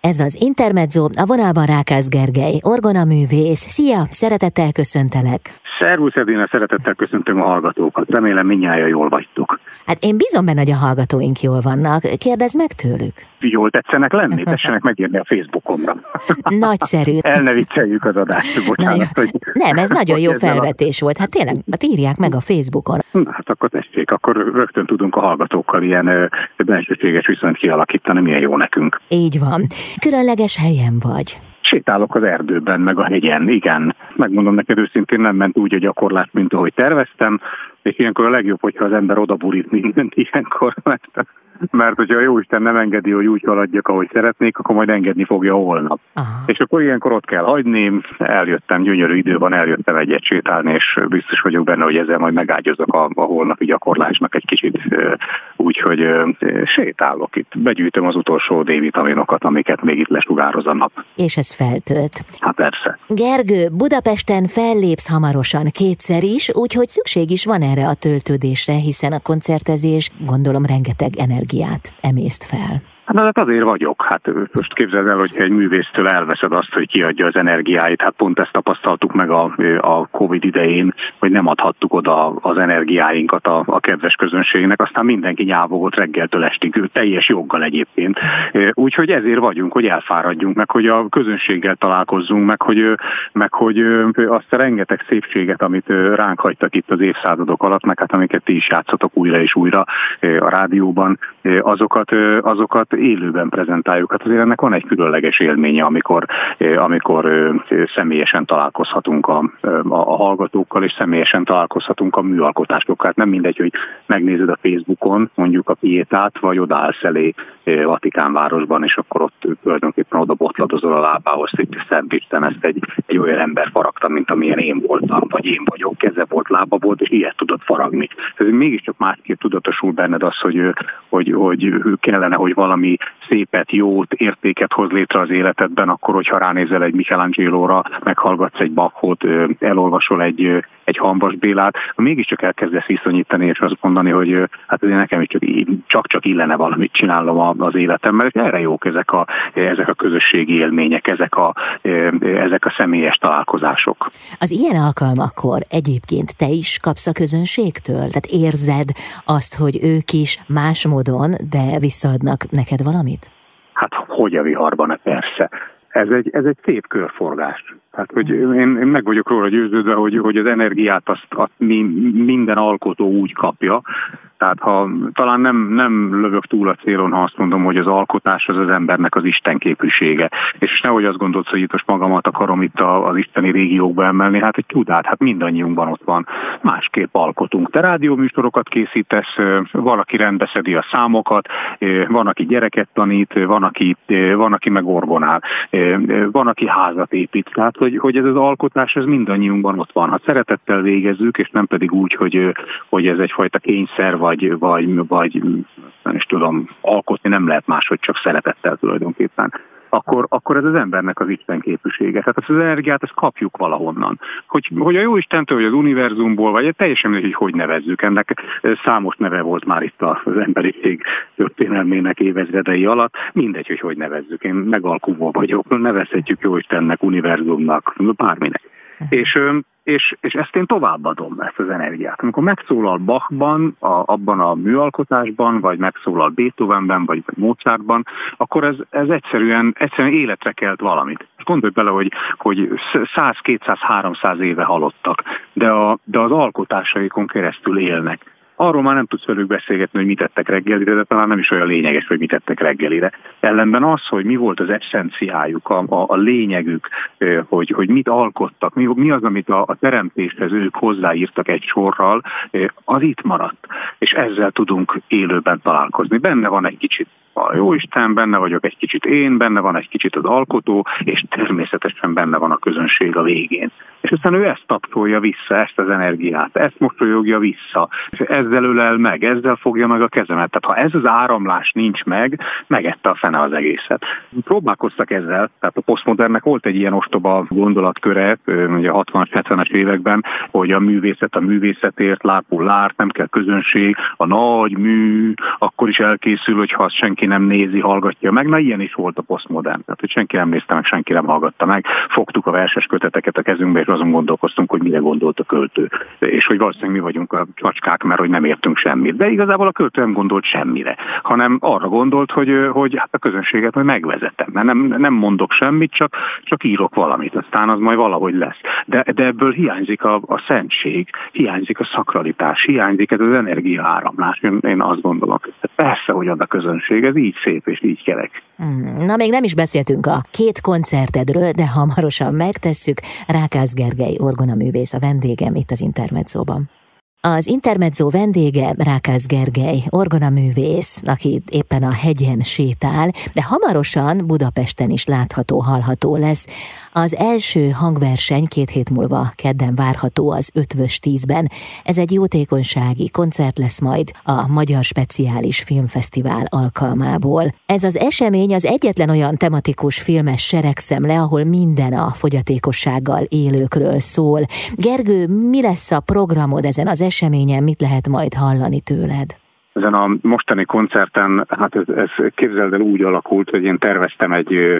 Ez az Intermezzo, a vonalban Rákász Gergely, orgonaművész. Szia, szeretettel köszöntelek! Szervusz Edina, szeretettel köszöntöm a hallgatókat. Remélem mindnyájan jól vagytok. Hát én bízom benne, hogy a hallgatóink jól vannak. Kérdezd meg tőlük. Jól tetszenek lenni? Tessenek megírni a Facebookomra. Nagyszerű. El ne vicceljük az adást, bocsánat. Nem, ez nagyon jó felvetés volt. Hát tényleg, írják meg a Facebookon. Na, hát akkor tessék, akkor rögtön tudunk a hallgatókkal ilyen bensőséges viszonyt kialakítani, milyen jó nekünk. Így van. Különleges helyen vagy. Sétálok az erdőben, meg a hegyen, igen. Megmondom neked őszintén, nem ment úgy a gyakorlás, mint ahogy terveztem, és ilyenkor a legjobb, hogyha az ember odaburít mindent ilyenkor, mert hogyha a Jóisten nem engedi, hogy úgy haladjak, ahogy szeretnék, akkor majd engedni fogja holnap. Aha. És akkor ilyenkor ott kell hagyni, eljöttem, gyönyörű idő van, eljöttem egyet sétálni, és biztos vagyok benne, hogy ezzel majd megágyazok a holnapi gyakorlásnak egy kicsit úgy, hogy sétálok itt, begyűjtöm az utolsó D-vitaminokat, amiket még itt lesugároz a nap. És ez feltölt. Hát persze. Gergő, Budapesten fellépsz hamarosan kétszer is, úgyhogy szükség is van erre a töltődésre, hiszen a koncertezés, gondolom, rengeteg energiát emészt fel. Hát azért vagyok. Hát most képzeld el, hogyha egy művésztől elveszed azt, hogy kiadja az energiáit. Hát pont ezt tapasztaltuk meg a Covid idején, hogy nem adhattuk oda az energiáinkat a kedves közönségnek. Aztán mindenki nyávogott reggeltől estig, teljes joggal egyébként. Úgyhogy ezért vagyunk, hogy elfáradjunk, meg hogy a közönséggel találkozzunk, meg hogy azt a rengeteg szépséget, amit ránk hagytak itt az évszázadok alatt, meg hát amiket ti is játszotok újra és újra a rádióban, azokat élőben prezentáljuk. Hát azért ennek van egy különleges élménye, amikor személyesen találkozhatunk a hallgatókkal, és személyesen találkozhatunk a műalkotásokkal. Hát nem mindegy, hogy megnézed a Facebookon mondjuk a Pietát, vagy odaállsz elé Vatikánvárosban, és akkor ott tulajdonképpen oda botladozol a lábához, hogy Szent Isten, ezt egy olyan ember faragta, mint amilyen én voltam, vagy én vagyok, keze volt, lába volt, és ilyet tudod faragni. Ez mégiscsak másképp tudatosul benned az, hogy kellene, hogy valami szépet, jót, értéket hoz létre az életedben, akkor, hogyha ránézel egy Michelangelo-ra, meghallgatsz egy Bachot, elolvasol egy Hamvas Bélát, mégiscsak elkezdesz viszonyítani, és azt mondani, hogy hát azért nekem is csak illene valamit csinálnom az életemmel, és erre jók ezek a közösségi élmények, ezek a személyes találkozások. Az ilyen alkalmakkor egyébként te is kapsz a közönségtől? Tehát érzed azt, hogy ők is más módon, de visszaadnak neked valamit? Hát hogy a viharban, persze. Ez egy szép körforgás. Tehát, hogy én meg vagyok róla győződve, hogy az energiát azt minden alkotó úgy kapja. Tehát talán nem lövök túl a célon, ha azt mondom, hogy az alkotás az embernek az istenképűsége. És nehogy azt gondolt, hogy itt most magamat akarom itt az isteni régiókba emelni, hát egy csodát, hát mindannyiunkban ott van. Másképp alkotunk. Te rádióműsorokat készítesz, valaki rendbeszedi a számokat, van, aki gyereket tanít, van, aki meg orgonál, van, aki házat épít. Tehát, hogy ez az alkotás, ez mindannyiunkban ott van. Ha szeretettel végezzük, és nem pedig úgy, hogy ez egyfajta kényszer, vagy nem is tudom, alkotni nem lehet máshogy, csak szeretettel tulajdonképpen. Akkor ez az embernek az istenképűsége. Tehát az energiát ezt kapjuk valahonnan. Hogy a Jóistentől, vagy az univerzumból, vagy teljesen mindegy, hogy nevezzük. Ennek számos neve volt már itt az emberiség történelmének évezredei alatt. Mindegy, hogy nevezzük. Én megalkuvó vagyok. Nevezhetjük Jóistennek, univerzumnak, bárminek. És ezt én továbbadom, ezt az energiát. Amikor megszólal Bachban, abban a műalkotásban, vagy megszólal Beethovenben, vagy Mozartban, akkor ez egyszerűen életre kelt valamit. Gondolj bele, hogy 100, 200, 300 éve halottak, de az alkotásaikon keresztül élnek. Arról már nem tudsz velük beszélgetni, hogy mit tettek reggelire, de talán nem is olyan lényeges, hogy mit tettek reggelire. Ellenben az, hogy mi volt az eszenciájuk, a lényegük, hogy mit alkottak, mi az, amit a teremtéshez ők hozzáírtak egy sorral, az itt maradt. És ezzel tudunk élőben találkozni. Benne van egy kicsit a Jóisten, benne vagyok egy kicsit én, benne van egy kicsit az alkotó, és természetesen benne van a közönség a végén. És aztán ő ezt tapsolja vissza, ezt az energiát, ezt mosolyogja vissza, ezzel ölel meg, ezzel fogja meg a kezemet. Tehát ha ez az áramlás nincs meg, megette a fene az egészet. Próbálkoztak ezzel, tehát a posztmodernnek volt egy ilyen ostoba gondolatköre, ugye a 60-as, 70-es években, hogy a művészet a művészetért, lárpul lárt, nem kell közönség, a nagy mű, akkor is elkészül, hogyha azt senki senki nem nézi, hallgatja meg. Na, ilyen is volt a posztmodern. Tehát, hogy senki nem nézte meg, senki nem hallgatta meg. Fogtuk a verses köteteket a kezünkbe, és azon gondolkoztunk, hogy mire gondolt a költő. És hogy valószínűleg mi vagyunk a csacskák, mert hogy nem értünk semmit. De igazából a költő nem gondolt semmire, hanem arra gondolt, hogy hát a közönséget majd megvezetem. Mert nem mondok semmit, csak írok valamit. Aztán az majd valahogy lesz. De ebből hiányzik a szentség, hiányzik a szakralitás, hiányzik ez az energiaáramlás. Én azt gondolom. Persze, hogy ad a közönség, ez így szép és így kerek. Na, még nem is beszéltünk a 2 koncertedről, de hamarosan megtesszük. Rákász Gergely orgonaművész a vendégem itt az Intermedzóban. Az Intermezzo vendége Rákász Gergely, orgonaművész, aki éppen a hegyen sétál, de hamarosan Budapesten is látható, hallható lesz. Az első hangverseny 2 hét múlva kedden várható az Ötvös 10-ben. Ez egy jótékonysági koncert lesz majd a Magyar Speciális Filmfesztivál alkalmából. Ez az esemény az egyetlen olyan tematikus filmes seregszemle, ahol minden a fogyatékossággal élőkről szól. Gergő, mi lesz a programod ezen az eseményen, mit lehet majd hallani tőled? Ezen a mostani koncerten, hát ez képzeld el, úgy alakult, hogy én terveztem egy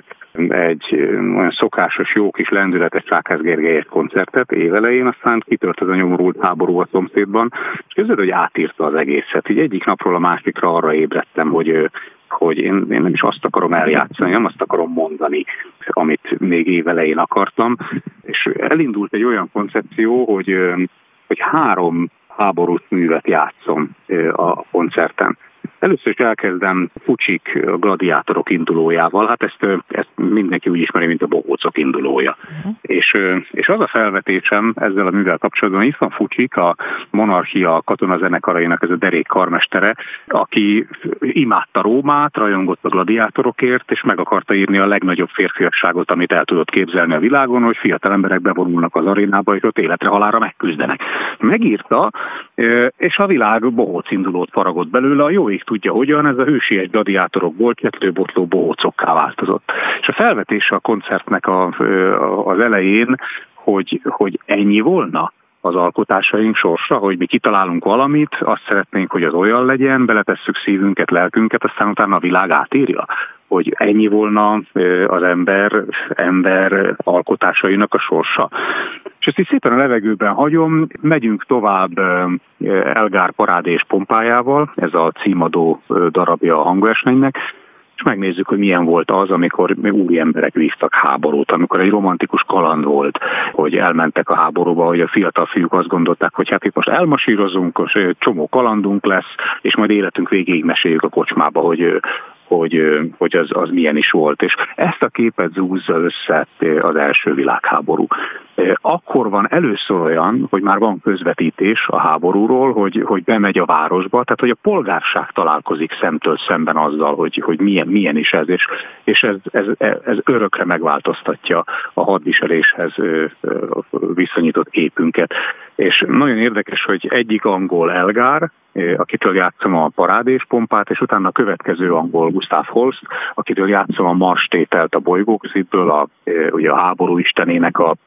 olyan szokásos, jó kis lendületes Rákász Gergelyes koncertet évelején, aztán kitört az a nyomorult háború a szomszédban, és képzeld, hogy átírta az egészet. Így egyik napról a másikra arra ébredtem, hogy én nem is azt akarom eljátszani, nem azt akarom mondani, amit még évelején akartam, és elindult egy olyan koncepció, hogy 3 háborús művet játszom a koncerten. Először is elkezdem Fucsik gladiátorok indulójával, hát ezt mindenki úgy ismeri, mint a bohócok indulója. És az a felvetésem ezzel a művel kapcsolatban, itt van Fucsik, a monarchia katonazenekarainak ez a derék karmestere, aki imádta Rómát, rajongott a gladiátorokért, és meg akarta írni a legnagyobb férfiasságot, amit el tudott képzelni a világon, hogy fiatal emberek bevonulnak az arénába, és ott életre halálra megküzdenek. Megírta, és a világ bohóc indulót faragott belőle, a jó ég tudja hogyan, ez a hősies gladiátorokból csetlőbotló bohócokká változott. És a felvetése a koncertnek az elején, hogy ennyi volna az alkotásaink sorsa, hogy mi kitalálunk valamit, azt szeretnénk, hogy az olyan legyen, beletesszük szívünket, lelkünket, aztán utána a világ átírja, hogy ennyi volna az ember alkotásainak a sorsa. És ezt így szépen a levegőben hagyom, megyünk tovább Elgár Parádé és Pompájával, ez a címadó darabja a hangversenynek, és megnézzük, hogy milyen volt az, amikor úri emberek vívtak háborút, amikor egy romantikus kaland volt, hogy elmentek a háborúba, hogy a fiatal fiúk azt gondolták, hogy hát itt most elmasírozunk, és csomó kalandunk lesz, és majd életünk végéig meséljük a kocsmába, hogy az milyen is volt. És ezt a képet zúzza össze az első világháború. Akkor van először olyan, hogy már van közvetítés a háborúról, hogy bemegy a városba, tehát hogy a polgárság találkozik szemtől szemben azzal, hogy milyen is ez, és ez örökre megváltoztatja a hadviseléshez viszonyított képünket. És nagyon érdekes, hogy egyik angol Elgár, akitől játszom a Parádé és Pompát, és utána a következő angol Gustav Holst, akitől játszom a Marstételt a bolygóközítből, ugye a háború istenének a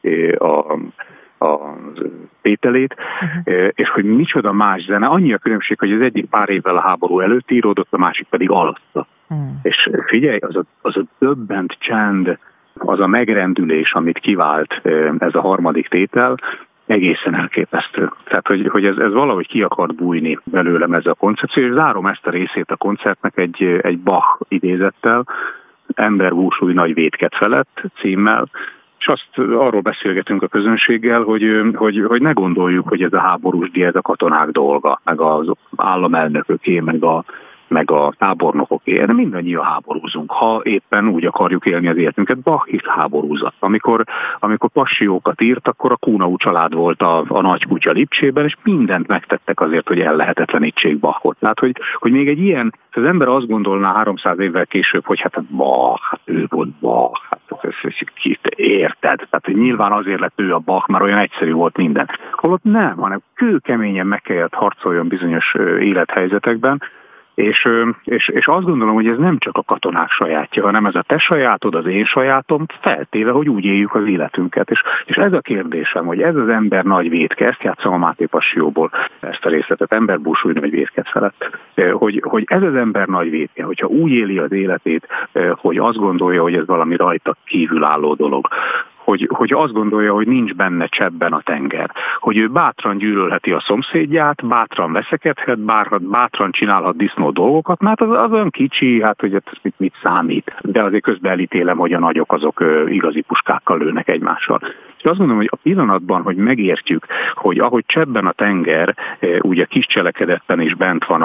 tételét, és hogy micsoda más zene. Annyi a különbség, hogy az egyik pár évvel a háború előtt íródott, a másik pedig alatta. És figyelj, az a döbbent csend, az a megrendülés, amit kivált ez a harmadik tétel, egészen elképesztő. Tehát, hogy ez valahogy ki akart bújni belőlem ez a koncepció, és zárom ezt a részét a koncertnek egy Bach idézettel, Emberbúsúly nagy vétket felett címmel, és arról beszélgetünk a közönséggel, hogy ne gondoljuk, hogy ez a háborús díj, ez a katonák dolga, meg az államelnököké, meg a tábornokoké, de mindannyian háborúzunk, ha éppen úgy akarjuk élni az életünket. Bach is háborúzott. Amikor passiókat írt, akkor a Kuhnau család volt a nagy kutya Lipcsében, és mindent megtettek azért, hogy ellehetetlenítsék Bachot. Tehát, hogy még egy ilyen, az ember azt gondolná 300 évvel később, hogy hát Bach, hát ő volt Bach, hát kit érted? Tehát, hogy nyilván azért lett ő a Bach, már olyan egyszerű volt minden. Holott nem, hanem kőkeményen meg kellett harcoljon bizonyos élethelyzetekben, És azt gondolom, hogy ez nem csak a katonák sajátja, hanem ez a te sajátod, az én sajátom, feltéve, hogy úgy éljük az életünket. És ez a kérdésem, hogy ez az ember nagy vétke, ezt játszom a Máté Passióból, ezt a részletet, ember búsulj nagy vétke felett, hogy ez az ember nagy vétke, hogyha úgy éli az életét, hogy azt gondolja, hogy ez valami rajta kívülálló dolog, hogy azt gondolja, hogy nincs benne cseppben a tenger, hogy ő bátran gyűlölheti a szomszédját, bátran veszekedhet, bátran csinálhat disznó dolgokat, mert az olyan kicsi, hát hogy ez mit számít. De azért közben elítélem, hogy a nagyok azok igazi puskákkal lőnek egymással. És azt gondolom, hogy a pillanatban, hogy megértjük, hogy ahogy cseppben a tenger, ugye kis cselekedetben is bent van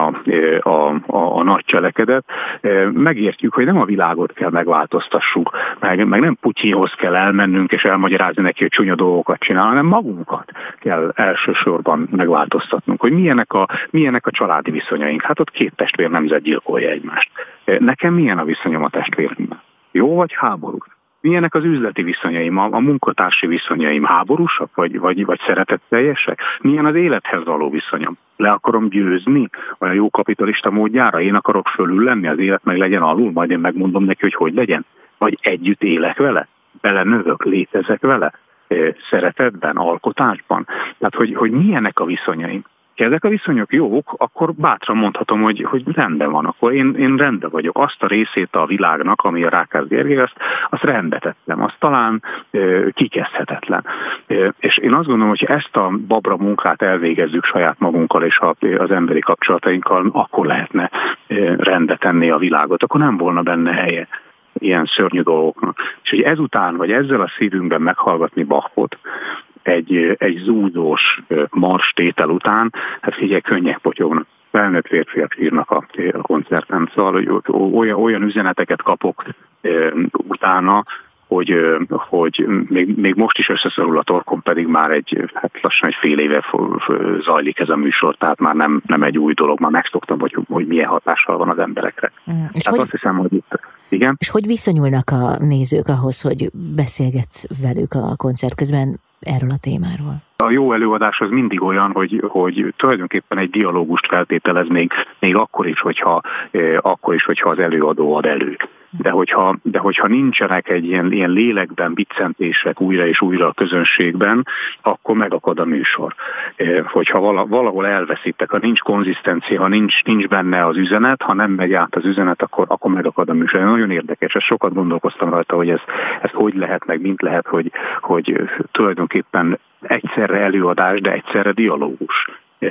a nagy cselekedet, megértjük, hogy nem a világot kell megváltoztassuk, meg nem Putyinhoz kell elmennünk és elmagyarázni neki, hogy csúnya dolgokat csinál, hanem magunkat kell elsősorban megváltoztatnunk, hogy milyenek a családi viszonyaink. Hát ott két testvér nemzet gyilkolja egymást. Nekem milyen a viszonyom a testvéremmel? Jó vagy háborús? Milyenek az üzleti viszonyaim, a munkatársi viszonyaim, háborúsak vagy szeretetteljesek? Milyen az élethez való viszonyom? Le akarom győzni olyan jó kapitalista módjára? Én akarok fölül lenni, az élet meg legyen alul, majd én megmondom neki, hogy legyen? Vagy együtt élek vele? Belenövök, létezek vele? Szeretetben, alkotásban? Tehát, hogy milyenek a viszonyaim? Ha ezek a viszonyok jók, akkor bátran mondhatom, hogy rendben van, akkor én rendben vagyok. Azt a részét a világnak, ami a Rákász Gergely, azt rendbe tettem, azt talán kikezdhetetlen. És én azt gondolom, hogy ezt a babra munkát elvégezzük saját magunkkal és az emberi kapcsolatainkkal, akkor lehetne rendbe tenni a világot, akkor nem volna benne helye ilyen szörnyű dolgoknak. És hogy ezután, vagy ezzel a szívünkben meghallgatni Bachot, egy zúdós marstétel után, hát figyelj, könnyek potyognak. Felnőtt férfiak írnak a koncerten, szóval hogy olyan üzeneteket kapok utána, hogy még most is összeszorul a torkom, pedig már lassan egy fél éve zajlik ez a műsor, tehát már nem egy új dolog, már megszoktam, hogy milyen hatással van az emberekre. Tehát azt hiszem, hogy itt, igen. És hogy viszonyulnak a nézők ahhoz, hogy beszélgetsz velük a koncert közben erről a témáról? A jó előadás az mindig olyan, hogy tulajdonképpen egy dialógust feltételez még akkor is, hogyha az előadó ad elő. De hogyha nincsenek egy ilyen lélekben biccentések újra és újra a közönségben, akkor megakad a műsor. Hogyha valahol elveszítek, ha nincs konzisztencia, ha nincs benne az üzenet, ha nem megy át az üzenet, akkor megakad a műsor. Nagyon érdekes, ezt sokat gondolkoztam rajta, hogy ez hogy lehet, meg mint lehet, hogy tulajdonképpen egyszerre előadás, de egyszerre dialógus.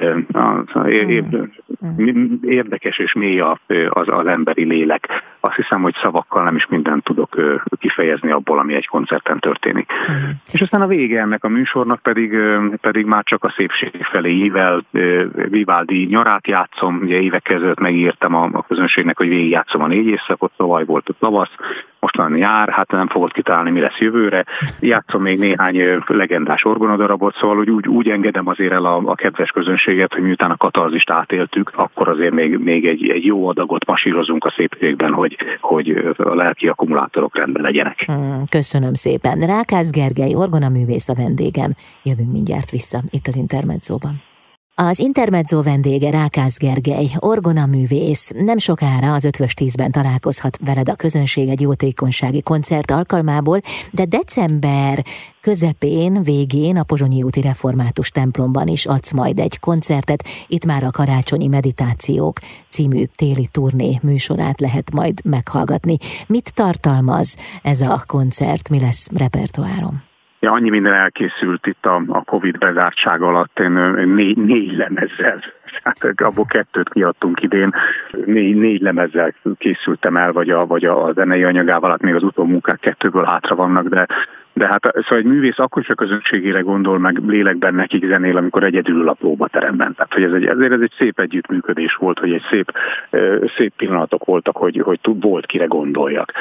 Érdekes és mély az emberi lélek. Azt hiszem, hogy szavakkal nem is mindent tudok kifejezni abból, ami egy koncerten történik. És aztán a vége ennek a műsornak pedig már csak a szépség felé ível. Vivaldi nyarát játszom, ugye évek ezelőtt megírtam a közönségnek, hogy végigjátszom a 4 évszakot, tavaly volt a tavasz, most van nyár, hát nem fogod kitalálni, mi lesz jövőre. Játszom még néhány legendás orgonadarabot, szóval hogy úgy engedem azért el a kedves közönséget, hogy miután a katarzist átéltük, akkor azért még egy jó adagot masírozunk a szépségben, hogy a lelki akkumulátorok rendben legyenek. Köszönöm szépen. Rákász Gergely, orgonaművész a vendégem. Jövünk mindjárt vissza itt az Intermedzóban. Az Intermezzo vendége Rákász Gergely, orgonaművész. Nem sokára az 5-10-ben találkozhat veled a közönség egy jótékonysági koncert alkalmából, de december közepén, végén a Pozsonyi úti református templomban is adsz majd egy koncertet. Itt már a Karácsonyi Meditációk című téli turné műsorát lehet majd meghallgatni. Mit tartalmaz ez a koncert, mi lesz repertoáron? Ja, annyi minden elkészült itt a Covid bezártság alatt, én négy lemezzel, hát abból 2 kiadtunk idén, négy lemezzel készültem el, vagy a zenei anyagával, hát még az utómunkák 2-ből hátra vannak, de hát szóval egy művész akkor is a közönségére gondol, meg lélekben nekik zenél, amikor egyedül ül a próbateremben. Tehát, hogy ezért ez egy szép együttműködés volt, hogy egy szép pillanatok voltak, hogy volt kire gondoljak.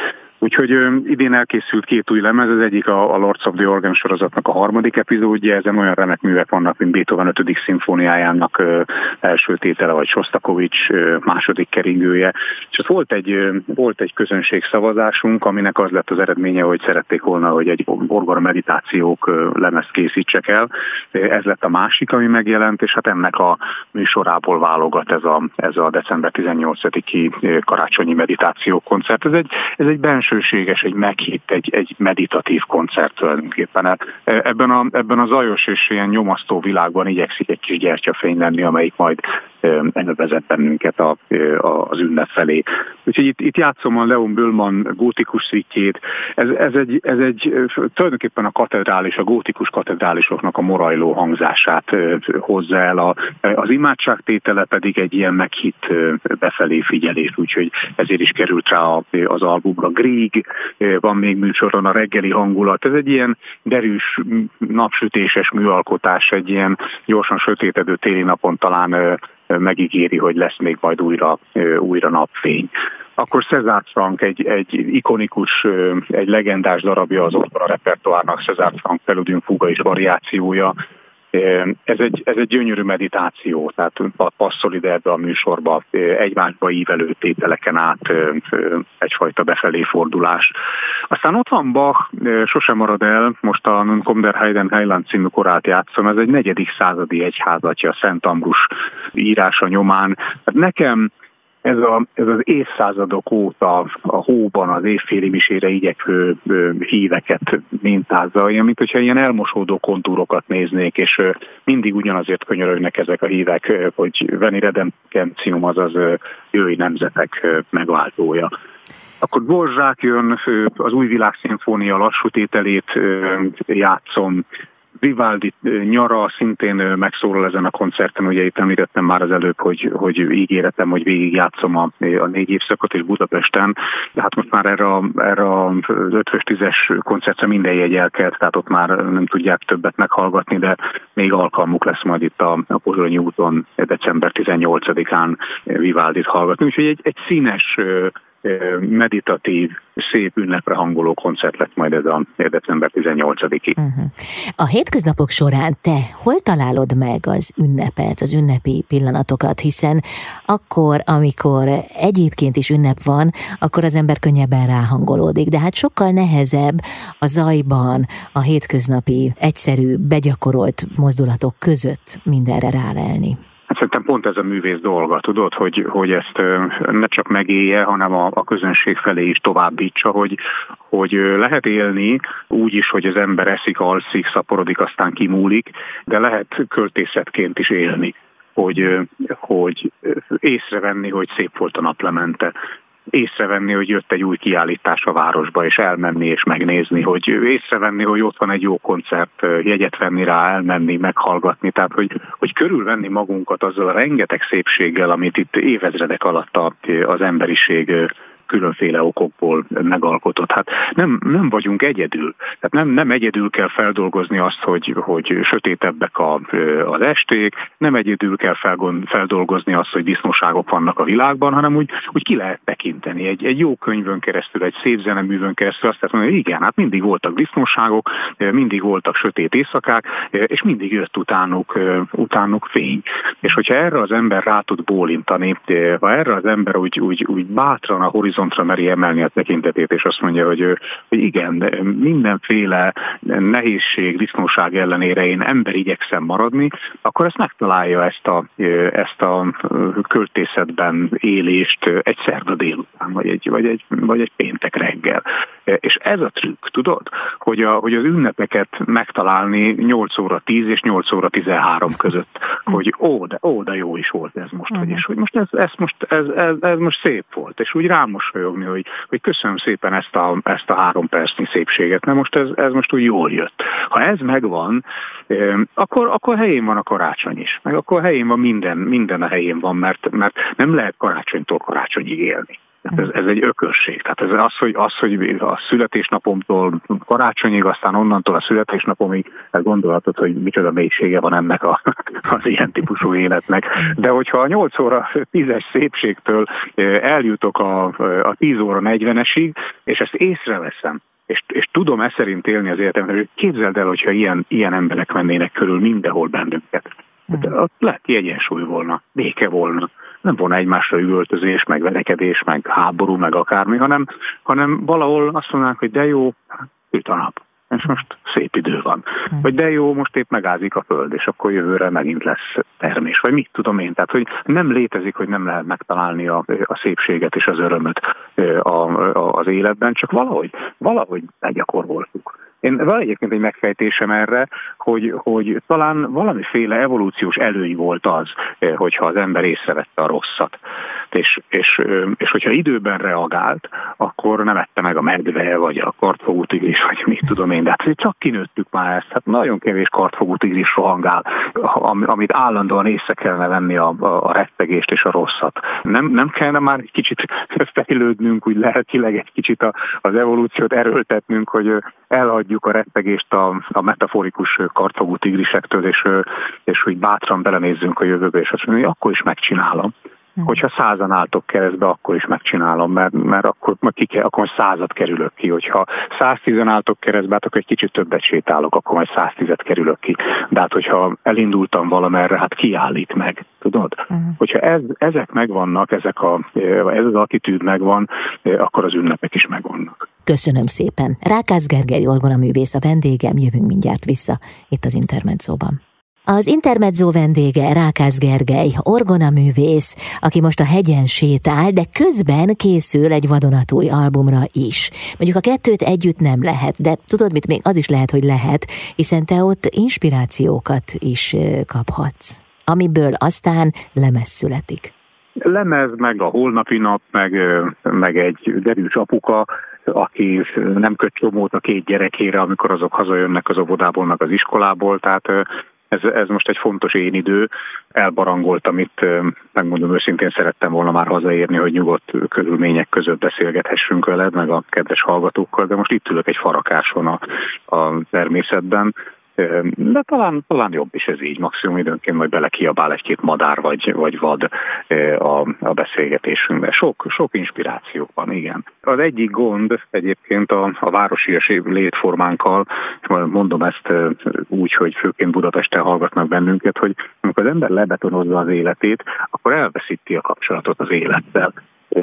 Úgyhogy idén elkészült 2 új lemez, az egyik a Lords of the Organ sorozatnak a 3. epizódja, ezen olyan remek művek vannak, mint Beethoven 5. szimfóniájának első tétele, vagy Sostakovics második keringője. És ott volt egy közönségszavazásunk, aminek az lett az eredménye, hogy szerették volna, hogy egy orgona meditációk lemezt készítsek el. Ez lett a másik, ami megjelent, és hát ennek a műsorából válogat ez a december 18-i karácsonyi meditációkoncert. Ez egy bensőséges, egy meghitt, egy meditatív koncert tulajdonképpen. Ebben a zajos és ilyen nyomasztó világban igyekszik egy kis gyertyafény lenni, amelyik majd vezet bennünket az ünnep felé. Úgyhogy itt játszom a Leon Böllmann gótikus szvittjét. Ez egy tulajdonképpen a katedrális, a gótikus katedrálisoknak a morajló hangzását hozza el, az imádságtétele pedig egy ilyen meghitt befelé figyelés, úgyhogy ezért is került rá az albumra. Grieg van még műsoron, a reggeli hangulat. Ez egy ilyen derűs, napsütéses műalkotás, egy ilyen gyorsan sötétedő téli napon talán megígéri, hogy lesz még majd újra napfény. Akkor César Franck egy ikonikus, egy legendás darabja az opera repertoárnak, César Franck Preludum Fuga és variációja. Ez egy gyönyörű meditáció, tehát passzol ide ebbe a műsorba egymásba ívelő tételeken át egyfajta befelé fordulás. Aztán ott van Bach, Sosem marad el, most a Komm der Heiden Heiland című korát játszom, ez egy 4. századi egyházatja, Szent Ambrus írása nyomán. Nekem ez az évszázadok óta a hóban az évféli misére igyekvő híveket mintázza, olyan, mint hogyha ilyen elmosódó kontúrokat néznék, és mindig ugyanazért könyörögnek ezek a hívek, hogy Veni Redemptium, azaz jöjj nemzetek megváltója. Akkor Dvořák jön, az Új világszimfónia lassú tételét játszom, Vivaldi nyara szintén megszólal ezen a koncerten, ugye itt említettem már az előbb, hogy ígéretem, hogy végigjátszom a 4 évszakot és Budapesten, de hát most már erre az 5-10-es koncertre minden jegy elkelt, tehát ott már nem tudják többet meghallgatni, de még alkalmuk lesz majd itt a Pozsonyi úton december 18-án Vivaldit hallgatni. Úgyhogy egy színes, meditatív, szép ünnepre hangoló koncert lett majd ez a december 18-i. A hétköznapok során te hol találod meg az ünnepet, az ünnepi pillanatokat, hiszen akkor, amikor egyébként is ünnep van, akkor az ember könnyebben ráhangolódik, de hát sokkal nehezebb a zajban, a hétköznapi, egyszerű, begyakorolt mozdulatok között mindenre rálelni. Szerintem pont ez a művész dolga, tudod, hogy ezt ne csak megélje, hanem a közönség felé is továbbítsa, hogy lehet élni úgy is, hogy az ember eszik, alszik, szaporodik, aztán kimúlik, de lehet költészetként is élni, hogy észrevenni, hogy szép volt a naplemente. Észrevenni, hogy jött egy új kiállítás a városba, és elmenni és megnézni, hogy észrevenni, hogy ott van egy jó koncert, jegyet venni rá, elmenni, meghallgatni, tehát hogy körülvenni magunkat azzal a rengeteg szépséggel, amit itt évezredek alatt az emberiség különféle okokból megalkotott. Hát nem vagyunk egyedül. Tehát nem egyedül kell feldolgozni azt, hogy sötétebbek az esték, nem egyedül kell feldolgozni azt, hogy disznóságok vannak a világban, hanem úgy ki lehet tekinteni. Egy jó könyvön keresztül, egy szép zeneművön keresztül azt lehet mondani, hogy igen, hát mindig voltak disznóságok, mindig voltak sötét éjszakák, és mindig jött utánuk fény. És hogyha erre az ember rá tud bólintani, ha erre az ember úgy bátran a horizontra meri emelni a tekintetét, és azt mondja, hogy igen, mindenféle nehézség, disznóság ellenére én ember igyekszem maradni, akkor ezt megtalálja ezt a költészetben élést egy szerda délután, vagy egy péntek reggel. És ez a trükk, tudod, hogy az ünnepeket megtalálni 8 óra 10 és 8 óra 13 között, hogy de jó is volt ez most, és hogy most ez most szép volt, és úgy rámosolyogni, hogy köszönöm szépen ezt a 3 percnyi szépséget, mert most ez most úgy jól jött. Ha ez megvan, akkor helyén van a karácsony is, meg akkor helyén van minden a helyén van, mert nem lehet karácsonytól karácsonyig élni. Ez egy ökösség. Tehát ez az, hogy a születésnapomtól karácsonyig, aztán onnantól a születésnapomig, ez gondolhatod, hogy micsoda mélysége van ennek az ilyen típusú életnek. De hogyha a 8 óra 10-es szépségtől eljutok a 10 óra 40-esig, és ezt észreveszem, és tudom szerint élni az életemben, hogy képzeld el, hogyha ilyen emberek mennének körül mindenhol bennünket. Ott lelki egyensúly volna, béke volna. Nem volna egymásra üvöltözés, meg verekedés, meg háború, meg akármi, hanem valahol azt mondanánk, hogy de jó, süt a nap, és most szép idő van. Vagy de jó, most épp megázik a föld, és akkor jövőre megint lesz termés. Vagy mit tudom én, tehát hogy nem létezik, hogy nem lehet megtalálni a szépséget és az örömöt az életben, csak valahogy begyakoroltuk. Van egyébként egy megfejtésem erre, hogy talán valamiféle evolúciós előny volt az, hogyha az ember észrevette a rosszat. És hogyha időben reagált, akkor nem ette meg a medve, vagy a kartfogú tigris, vagy mit tudom én. De hát csak kinőttük már ezt. Hát nagyon kevés kartfogú tigris rohangál, amit állandóan észre kellene venni a rettegést és a rosszat. Nem kellene már egy kicsit fejlődnünk, úgy lelkileg egy kicsit az evolúciót erőltetnünk, hogy elhagyjuk a rettegést a metaforikus kartfogú tigrisektől, és hogy bátran belenézzünk a jövőbe, és azt mondjuk, hogy akkor is megcsinálom. Hogyha 100-an álltok keresztbe, akkor is megcsinálom, mert akkor 100-at kerülök ki. Hogyha 110-en álltok keresztbe, akkor egy kicsit többet sétálok, akkor majd 110-et kerülök ki. De hát, hogyha elindultam valamerre, hát kiállít meg, tudod? Hogyha ezek megvannak, ez az attitűd megvan, akkor az ünnepek is megvannak. Köszönöm szépen. Rákász Gergely orgonaművész a vendégem, jövünk mindjárt vissza itt az Intermedzóban. Az Intermedzó vendége Rákász Gergely, orgonaművész, aki most a hegyen sétál, de közben készül egy vadonatúj albumra is. Mondjuk a kettőt együtt nem lehet, de tudod mit, még az is lehet, hogy lehet, hiszen te ott inspirációkat is kaphatsz, amiből aztán lemez születik. Lemez, meg a holnapi nap, meg egy derűs apuka, aki nem köt csomót a 2 gyerekére, amikor azok hazajönnek az óvodából, meg az iskolából, tehát ez most egy fontos én idő. Elbarangoltam itt, megmondom őszintén, szerettem volna már hazaérni, hogy nyugodt körülmények között beszélgethessünk veled, meg a kedves hallgatókkal, de most itt ülök egy farakáson a természetben. De talán jobb is ez így, maximum időnként majd belekiabál egy-2 madár vagy vad a beszélgetésünkbe. Sok inspiráció van, igen. Az egyik gond egyébként a városias létformánkkal, és mondom ezt úgy, hogy főként Budapesten hallgatnak bennünket, hogy amikor az ember lebetonozza az életét, akkor elveszíti a kapcsolatot az élettel.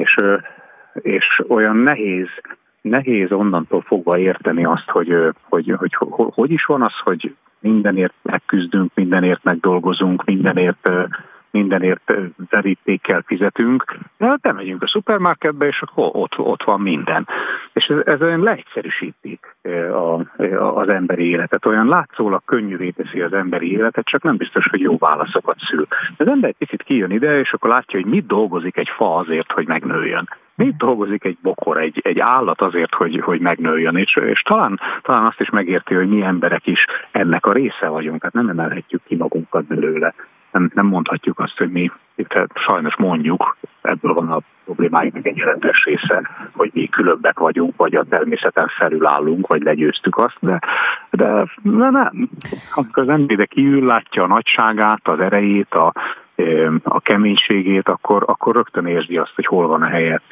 És olyan nehéz onnantól fogva érteni azt, hogy is van az, hogy mindenért megküzdünk, mindenért megdolgozunk, mindenért verítékkel fizetünk, de bemegyünk a szupermarketbe, és akkor ott van minden. És ez olyan leegyszerűsíti az emberi életet, olyan látszólag könnyűvé teszi az emberi életet, csak nem biztos, hogy jó válaszokat szül. Az ember egy picit kijön ide, és akkor látja, hogy mit dolgozik egy fa azért, hogy megnőjön. Mit dolgozik egy bokor, egy állat azért, hogy megnőjön, és talán azt is megérti, hogy mi emberek is ennek a része vagyunk, tehát nem emelhetjük ki magunkat belőle. Nem mondhatjuk azt, hogy mi itt sajnos mondjuk, ebből van a problémáinknak egy jelentős része, hogy mi különbek vagyunk, vagy a természeten felül állunk, vagy legyőztük azt, de nem. Amikor az ember kiül, látja a nagyságát, az erejét, a keménységét, akkor rögtön érzi azt, hogy hol van a helye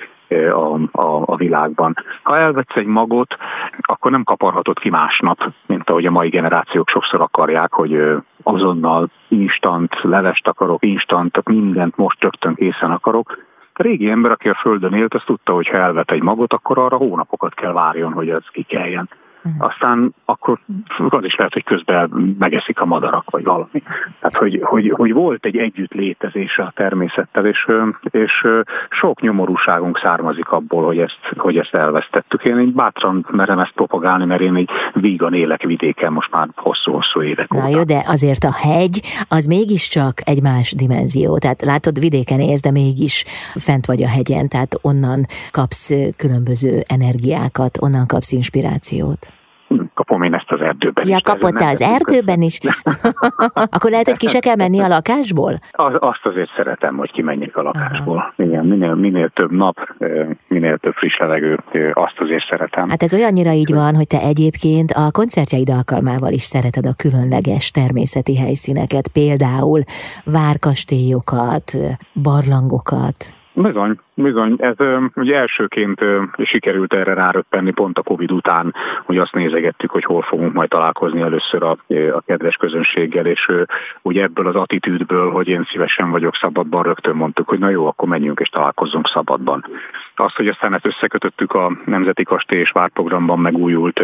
a világban. Ha elvetsz egy magot, akkor nem kaparhatod ki másnap, mint ahogy a mai generációk sokszor akarják, hogy azonnal instant levest akarok, instant mindent most rögtön készen akarok. A régi ember, aki a földön élt, azt tudta, hogy ha elvet egy magot, akkor arra hónapokat kell várjon, hogy ez kikeljen. Aztán akkor az is lehet, hogy közben megeszik a madarak, vagy valami. Tehát, hogy volt egy együttlétezése a természettel, és sok nyomorúságunk származik abból, hogy ezt elvesztettük. Én bátran merem ezt propagálni, mert én egy vígan élek vidéken most már hosszú-hosszú évek óta. Na jó, de azért a hegy, az mégiscsak egy más dimenzió. Tehát látod, vidéken élsz, de mégis fent vagy a hegyen, tehát onnan kapsz különböző energiákat, onnan kapsz inspirációt. Kapom én ezt az erdőben is. Ja, kapod te az erdőben is? Akkor lehet, hogy ki se kell menni a lakásból? Azt azért szeretem, hogy kimenjek a lakásból. Igen, minél több nap, minél több friss levegő, azt azért szeretem. Hát ez olyannyira így van, hogy te egyébként a koncertjeid alkalmával is szereted a különleges természeti helyszíneket, például várkastélyokat, barlangokat. Bizony. Ez ugye elsőként sikerült erre ráröppenni pont a Covid után, hogy azt nézegettük, hogy hol fogunk majd találkozni először a kedves közönséggel, és ugye ebből az attitűdből, hogy én szívesen vagyok szabadban, rögtön mondtuk, hogy na jó, akkor menjünk és találkozzunk szabadban. Azt, hogy aztán ezt összekötöttük a Nemzeti Kastély és Várprogramban megújult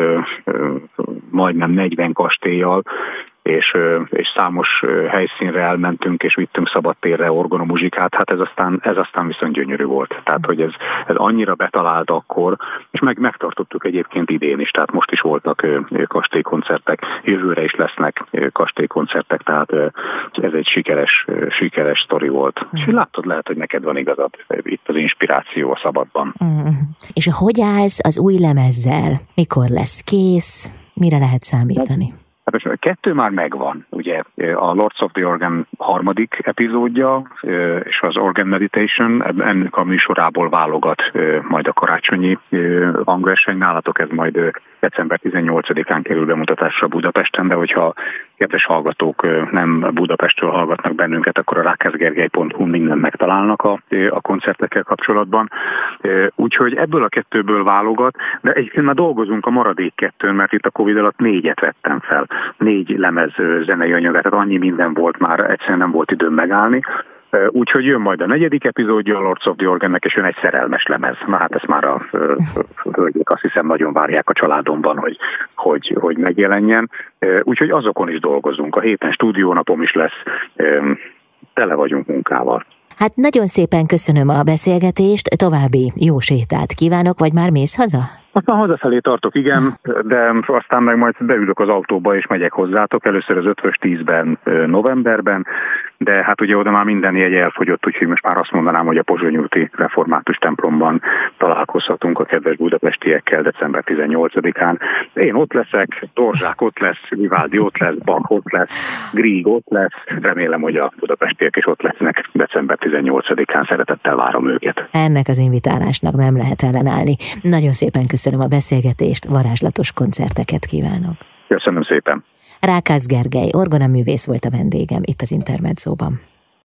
majdnem 40 kastélyjal, és számos helyszínre elmentünk, és vittünk szabadtérre orgonamuzsikát, hát ez aztán viszont gyönyörű volt. Tehát, hogy ez annyira betalált akkor, és megtartottuk egyébként idén is, tehát most is voltak kastélykoncertek, jövőre is lesznek kastélykoncertek, tehát ez egy sikeres sztori volt. És látod, lehet, hogy neked van igazad, itt az inspiráció a szabadban. És hogy állsz az új lemezzel? Mikor lesz kész? Mire lehet számítani? Hát 2 már megvan, ugye a Lords of the Organ 3. epizódja, és az Organ Meditation, ennek a műsorából válogat majd a karácsonyi hangverseny. Nálatok ez majd december 18-án kerül bemutatásra Budapesten, de hogyha kedves hallgatók nem Budapestről hallgatnak bennünket, akkor a rákászgergely.hu mindent megtalálnak a koncertekkel kapcsolatban. Úgyhogy ebből a 2-ből válogat, de egyébként már dolgozunk a maradék 2-n, mert itt a Covid alatt 4-et vettem fel. 4 lemez zenei anyagát, tehát annyi minden volt már, egyszerűen nem volt időm megállni. Úgyhogy jön majd a 4. epizódja a Lords of the Organnek, és jön egy szerelmes lemez. Na hát ezt már a hölgyek azt hiszem nagyon várják a családomban, hogy megjelenjen. Úgyhogy azokon is dolgozunk. A héten stúdiónapom is lesz. Tele vagyunk munkával. Hát nagyon szépen köszönöm a beszélgetést, további jó sétát kívánok, vagy már mész haza? Aztán hazafelé tartok, igen, de aztán meg majd beülök az autóba és megyek hozzátok, először az 5-ös 10-ben novemberben, de hát ugye oda már minden jegy elfogyott, úgyhogy most már azt mondanám, hogy a Pozsony úti református templomban találkozhatunk a kedves budapestiekkel december 18-án. Én ott leszek, Dorzsák ott lesz, Vivaldi ott lesz, Bach ott lesz, Grieg ott lesz, remélem, hogy a budapestiek is ott lesznek december 18-án, szeretettel várom őket. Ennek az invitálásnak nem lehet ellenállni. Nagyon szépen köszönöm a beszélgetést, varázslatos koncerteket kívánok. Köszönöm szépen. Rákász Gergely orgonaművész volt a vendégem itt az Intermedzóban.